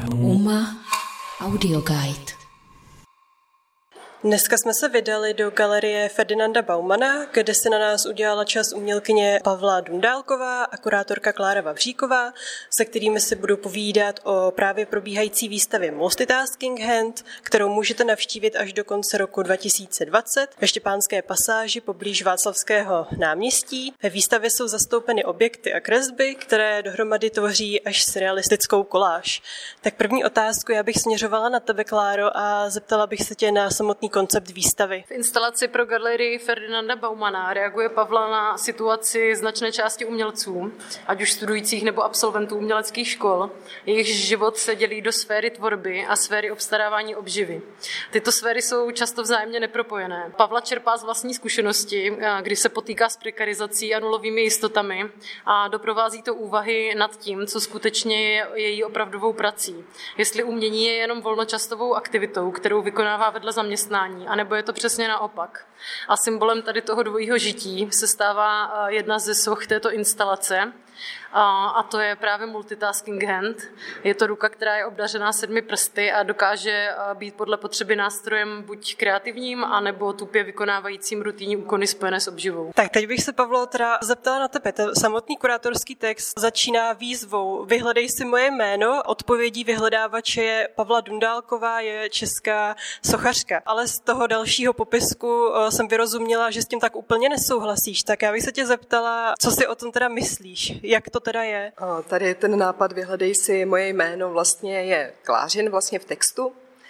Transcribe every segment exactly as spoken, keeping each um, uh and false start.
UMA Audio Guide. Dneska jsme se vydali do galerie Ferdinanda Baumana, kde si na nás udělala čas umělkyně Pavla Dundálková a kurátorka Klára Vavříková, se kterými si budu povídat o právě probíhající výstavě Multitasking Hand, kterou můžete navštívit až do konce roku dva tisíce dvacet ve Štěpánské pasáži poblíž Václavského náměstí. Ve výstavě jsou zastoupeny objekty a kresby, které dohromady tvoří až surrealistickou koláž. Tak první otázku já bych směřovala na tebe, Kláro, a zeptala bych se tě na samotný koncept výstavy. V instalaci pro galerii Ferdinanda Baumana reaguje Pavla na situaci značné části umělců, ať už studujících nebo absolventů uměleckých škol. Jejich život se dělí do sféry tvorby a sféry obstarávání obživy. Tyto sféry jsou často vzájemně nepropojené. Pavla čerpá z vlastní zkušenosti, kdy se potýká s prekarizací a nulovými jistotami a doprovází to úvahy nad tím, co skutečně je její opravdovou prací. Jestli umění je jenom volnočasovou aktivitou, kterou vykonává vedle zaměstnání, anebo je to přesně naopak. A symbolem tady toho dvojího žití se stává jedna ze soch této instalace, a to je právě Multitasking Hand. Je to ruka, která je obdařená sedmi prsty a dokáže být podle potřeby nástrojem buď kreativním, anebo tupě vykonávajícím rutinní úkony spojené s obživou. Tak teď bych se, Pavlo, teda zeptala na tebe. Ten samotný kurátorský text začíná výzvou Vyhledej si moje jméno. Odpovědí vyhledávače je Pavla Dundálková, je česká sochařka. Ale z toho dalšího popisku jsem vyrozuměla, že s tím tak úplně nesouhlasíš. Tak já bych se tě zeptala, co si o tom teda myslíš? Jak to teda je? A tady ten nápad Vyhledej si moje jméno vlastně je Klářin vlastně v textu.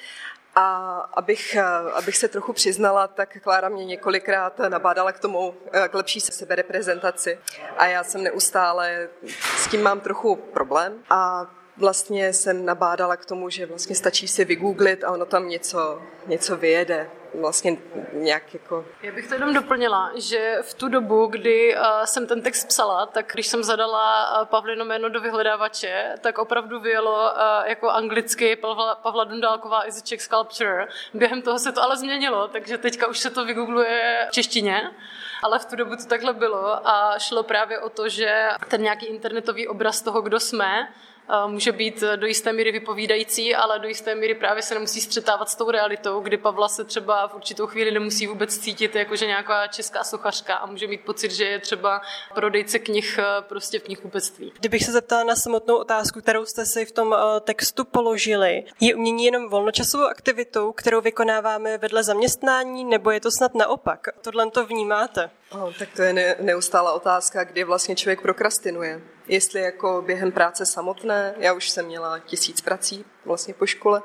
A abych, abych se trochu přiznala, tak Klára mě několikrát nabádala k tomu, k lepší sebereprezentaci. A já jsem neustále, s tím mám trochu problém. A vlastně jsem nabádala k tomu, že vlastně stačí si vygooglit a ono tam něco, něco vyjede. Vlastně nějak jako... Já bych to jenom doplnila, že v tu dobu, kdy uh, jsem ten text psala, tak když jsem zadala uh, Pavlino jméno do vyhledávače, tak opravdu vyjelo uh, jako anglicky Pavla, Pavla Dundálková is a Czech sculpture. Během toho se to ale změnilo, takže teďka už se to vygoogluje v češtině, ale v tu dobu to takhle bylo a šlo právě o to, že ten nějaký internetový obraz toho, kdo jsme, může být do jisté míry vypovídající, ale do jisté míry právě se nemusí střetávat s tou realitou, kdy Pavla se třeba v určitou chvíli nemusí vůbec cítit jakože nějaká česká sochařka a může mít pocit, že je třeba prodejce knih prostě v knihkupectví. Kdybych se zeptala na samotnou otázku, kterou jste si v tom textu položili, je umění jenom volnočasovou aktivitou, kterou vykonáváme vedle zaměstnání, nebo je to snad naopak? Tohle to vnímáte? Oh, tak to je ne, neustálá otázka, kdy vlastně člověk prokrastinuje. Jestli jako během práce samotné, já už jsem měla tisíc prací vlastně po škole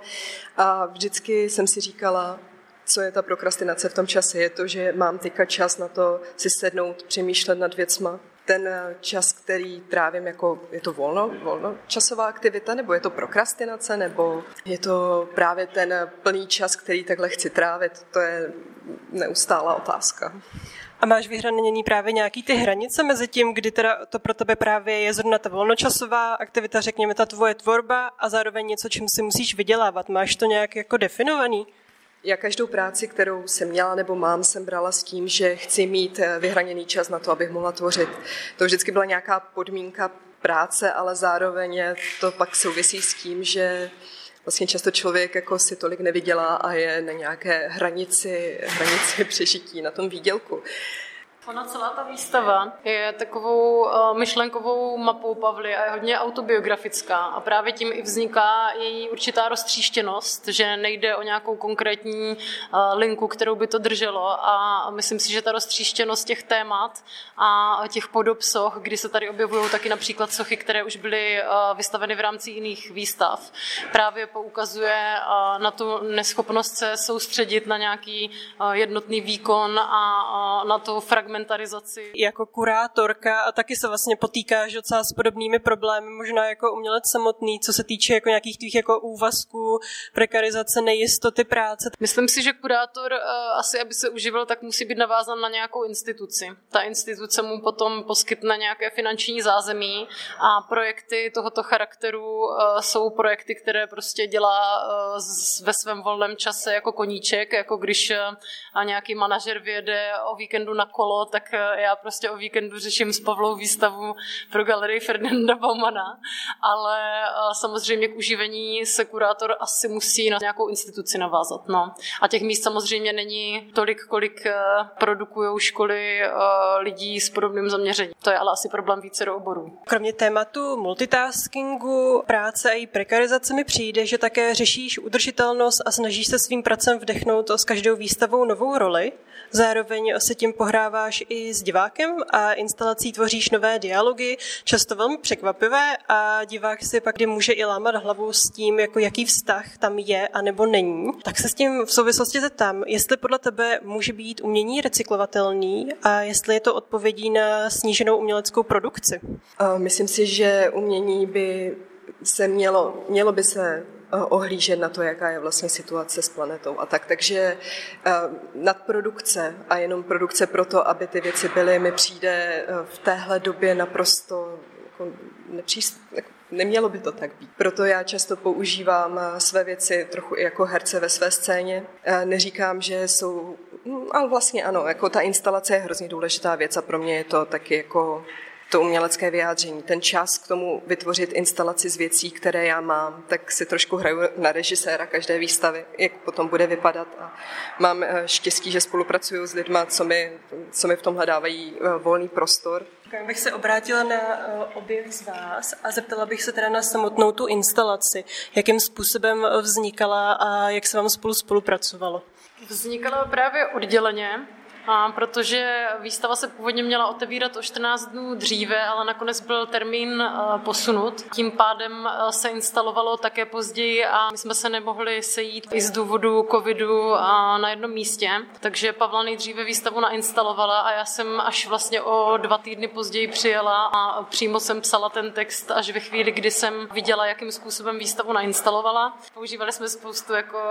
a vždycky jsem si říkala, co je ta prokrastinace v tom čase. Je to, že mám teďka čas na to si sednout, přemýšlet nad věcma. Ten čas, který trávím, jako je to volno, volno časová aktivita, nebo je to prokrastinace, nebo je to právě ten plný čas, který takhle chci trávit, to je neustálá otázka. A máš vyhranění právě nějaký ty hranice mezi tím, kdy teda to pro tebe právě je zrovna ta volnočasová aktivita, řekněme ta tvoje tvorba a zároveň něco, čím si musíš vydělávat. Máš to nějak jako definovaný? Já každou práci, kterou jsem měla nebo mám, jsem brala s tím, že chci mít vyhraněný čas na to, abych mohla tvořit. To vždycky byla nějaká podmínka práce, ale zároveň to pak souvisí s tím, že vlastně často člověk jako si tolik nevydělá a je na nějaké hranici, hranici přežití na tom výdělku. Ona celá ta výstava je takovou uh, myšlenkovou mapou Pavly a je hodně autobiografická a právě tím i vzniká její určitá roztříštěnost, že nejde o nějakou konkrétní uh, linku, kterou by to drželo a myslím si, že ta roztříštěnost těch témat a těch podob soch, kdy se tady objevují taky například sochy, které už byly uh, vystaveny v rámci jiných výstav, právě poukazuje uh, na tu neschopnost se soustředit na nějaký uh, jednotný výkon a uh, na to fragment jako kurátorka a taky se vlastně potýkáš docela s podobnými problémy, možná jako umělec samotný, co se týče jako nějakých tvých jako úvazků, prekarizace, nejistoty práce. Myslím si, že kurátor asi, aby se uživil, tak musí být navázan na nějakou instituci. Ta instituce mu potom poskytne nějaké finanční zázemí a projekty tohoto charakteru jsou projekty, které prostě dělá ve svém volném čase jako koníček, jako když nějaký manažer vyjede o víkendu na kolo zajímalo, tak já prostě o víkendu řeším s Pavlou výstavu pro galerii Ferdinanda Baumana, ale samozřejmě k uživení se kurátor asi musí na nějakou instituci navázat. No. A těch míst samozřejmě není tolik, kolik produkujou školy lidí s podobným zaměřením. To je ale asi problém více do oborů. Kromě tématu multitaskingu, práce a její prekarizace mi přijde, že také řešíš udržitelnost a snažíš se svým pracem vdechnout s každou výstavou novou roli. Zároveň se tím pohráváš i s divákem a instalací tvoříš nové dialogy, často velmi překvapivé a divák si pak kdy může i lámat hlavu s tím, jako jaký vztah tam je a nebo není. Tak se s tím v souvislosti zeptám, jestli podle tebe může být umění recyklovatelný a jestli je to odpovědí na sníženou uměleckou produkci. Myslím si, že umění by se mělo, mělo by se ohlížet na to, jaká je vlastně situace s planetou a tak. Takže nadprodukce a jenom produkce proto, aby ty věci byly, mi přijde v téhle době naprosto jako nepříst... Nemělo by to tak být. Proto já často používám své věci trochu i jako herce ve své scéně. Neříkám, že jsou... Ale vlastně ano, jako ta instalace je hrozně důležitá věc a pro mě je to taky jako to umělecké vyjádření. Ten čas k tomu vytvořit instalaci z věcí, které já mám, tak si trošku hraju na režiséra každé výstavy, jak potom bude vypadat. A mám štěstí, že spolupracuju s lidma, co mi, co mi v tomhle dávají volný prostor. Já bych se obrátila na obě z vás a zeptala bych se teda na samotnou tu instalaci. Jakým způsobem vznikala a jak se vám spolu spolupracovalo? Vznikala právě odděleně. A protože výstava se původně měla otevírat o čtrnáct dnů dříve, ale nakonec byl termín posunut. Tím pádem se instalovalo také později a my jsme se nemohli sejít i z důvodu covidu na jednom místě. Takže Pavla nejdříve výstavu nainstalovala a já jsem až vlastně o dva týdny později přijela a přímo jsem psala ten text až ve chvíli, kdy jsem viděla, jakým způsobem výstavu nainstalovala. Používali jsme spoustu jako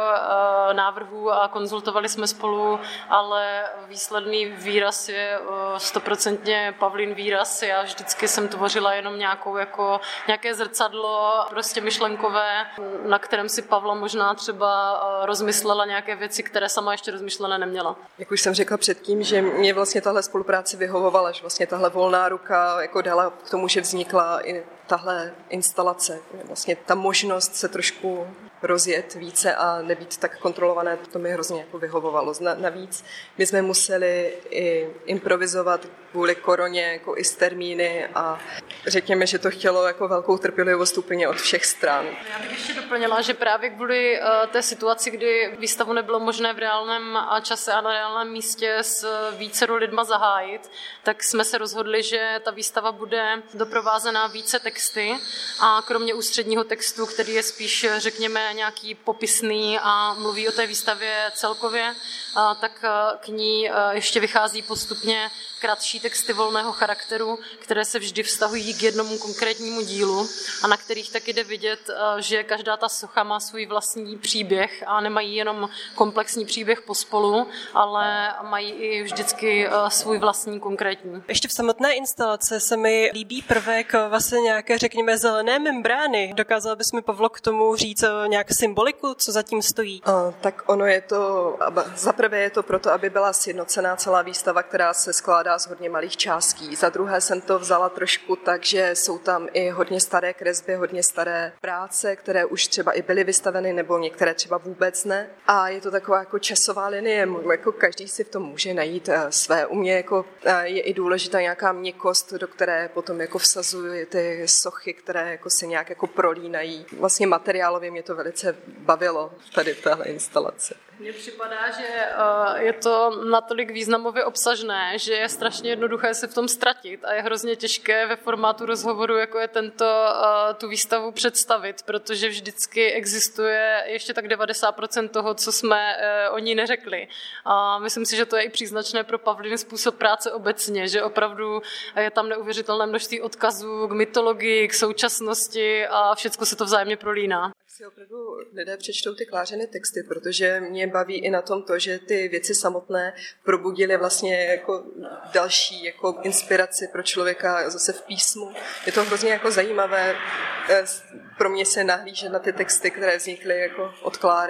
návrhů a konzultovali jsme spolu, ale výsledný výraz je stoprocentně Pavlin výraz. Já vždycky jsem tvořila jenom nějakou, jako, nějaké zrcadlo, prostě myšlenkové, na kterém si Pavla možná třeba rozmyslela nějaké věci, které sama ještě rozmyšlené neměla. Jak už jsem řekla předtím, že mě vlastně tahle spolupráce vyhovovala, že vlastně tahle volná ruka jako dala k tomu, že vznikla i tahle instalace. Vlastně ta možnost se trošku rozjet více a nebýt tak kontrolované, to mi hrozně jako vyhovovalo. Navíc my jsme museli i improvizovat kvůli koroně, jako i s termíny a řekněme, že to chtělo jako velkou trpělivost úplně od všech stran. Já bych ještě doplnila, že právě kvůli té situaci, kdy výstavu nebylo možné v reálném čase a na reálném místě s vícero lidma zahájit, tak jsme se rozhodli, že ta výstava bude doprovázená více texty a kromě ústředního textu, který je spíš, řekněme, nějaký popisný a mluví o té výstavě celkově, tak k ní ještě vychází postupně kratší texty volného charakteru, které se vždy vztahují k jednomu konkrétnímu dílu a na kterých taky jde vidět, že každá ta socha má svůj vlastní příběh a nemají jenom komplexní příběh pospolu, ale mají i vždycky svůj vlastní konkrétní. Ještě v samotné instalaci se mi líbí prvek vlastně nějaké, řekněme, zelené membrány. Dokázal bys mi, Pavlo, k tomu říct nějakou symboliku, co zatím stojí? A, tak ono je to, zaprvé je to proto, aby byla sjednocená celá výstava, která se skládá z hodně malých částí. Za druhé jsem to vzala trošku tak, že jsou tam i hodně staré kresby, hodně staré práce, které už třeba i byly vystaveny, nebo některé třeba vůbec ne. A je to taková jako časová linie, jako každý si v tom může najít své. U mě jako je i důležitá nějaká měkkost, do které potom jako vsazují ty sochy, které jako se nějak jako prolínají. Vlastně materiálově mě to velice bavilo tady v téhle instalaci. Mně připadá, že je to natolik významově obsažné, že je strašně jednoduché se v tom ztratit a je hrozně těžké ve formátu rozhovoru, jako je tento, tu výstavu představit, protože vždycky existuje ještě tak devadesát procent toho, co jsme o ní neřekli. A myslím si, že to je i příznačné pro Pavlin způsob práce obecně, že opravdu je tam neuvěřitelné množství odkazů k mytologii, k současnosti a všechno se to vzájemně prolíná. Si opravdu lidé přečtou ty Klářiny texty, protože mě baví i na tom to, že ty věci samotné probudily vlastně jako další jako inspiraci pro člověka zase v písmu. Je to hrozně jako zajímavé pro mě se nahlížet na ty texty, které vznikly jako od Kláry,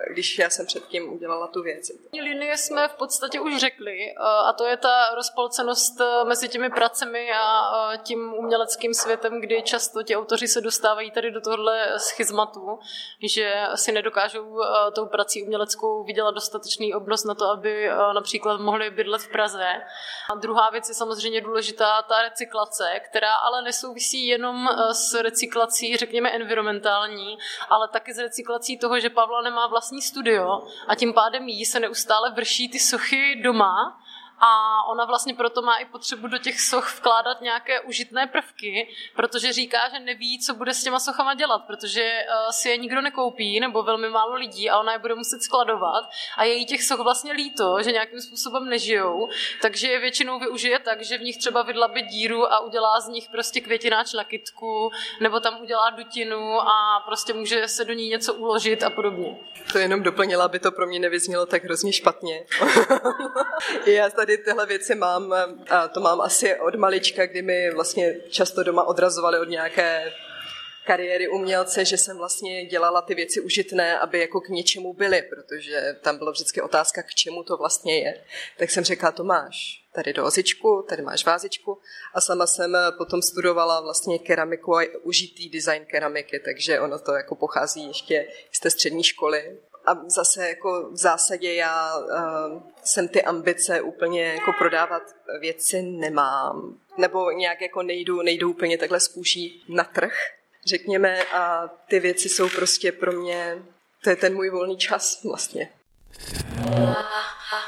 když já jsem předtím udělala tu věc. Linie jsme v podstatě už řekli a to je ta rozpolcenost mezi těmi pracemi a tím uměleckým světem, kdy často ti autoři se dostávají tady do tohohle schizmatu, že si nedokážou tou prací uměleckou vydělat dostatečný obnos na to, aby například mohli bydlet v Praze. A druhá věc je samozřejmě důležitá ta recyklace, která ale nesouvisí jenom s recyklací, řekněme, environmentální, ale taky s recyklací toho, že Pavla nemá vlastní studio a tím pádem jí se neustále vrší ty sochy doma a ona vlastně proto má i potřebu do těch soch vkládat nějaké užitné prvky, protože říká, že neví, co bude s těma sochama dělat, protože si je nikdo nekoupí nebo velmi málo lidí a ona je bude muset skladovat a je jí těch soch vlastně líto, že nějakým způsobem nežijou, takže je většinou využije tak, že v nich třeba vydlabe díru a udělá z nich prostě květináč na kytku nebo tam udělá dutinu a prostě může se do ní něco uložit a podobně. To jenom doplnila, aby to pro mě nevyznělo tak hrozně špatně. Já tady tyhle věci mám, a to mám asi od malička, kdy mi vlastně často doma odrazovali od nějaké kariéry umělce, že jsem vlastně dělala ty věci užitné, aby jako k něčemu byly, protože tam byla vždycky otázka, k čemu to vlastně je. Tak jsem řekla, to máš tady do ozičku, tady máš vázičku a sama jsem potom studovala vlastně keramiku a užitý design keramiky, takže ono to jako pochází ještě z té střední školy. A zase jako v zásadě já uh, jsem ty ambice úplně jako prodávat věci nemám. Nebo nějak jako nejdu, nejdu úplně takhle z kůží na trh, řekněme. A ty věci jsou prostě pro mě, to je ten můj volný čas vlastně.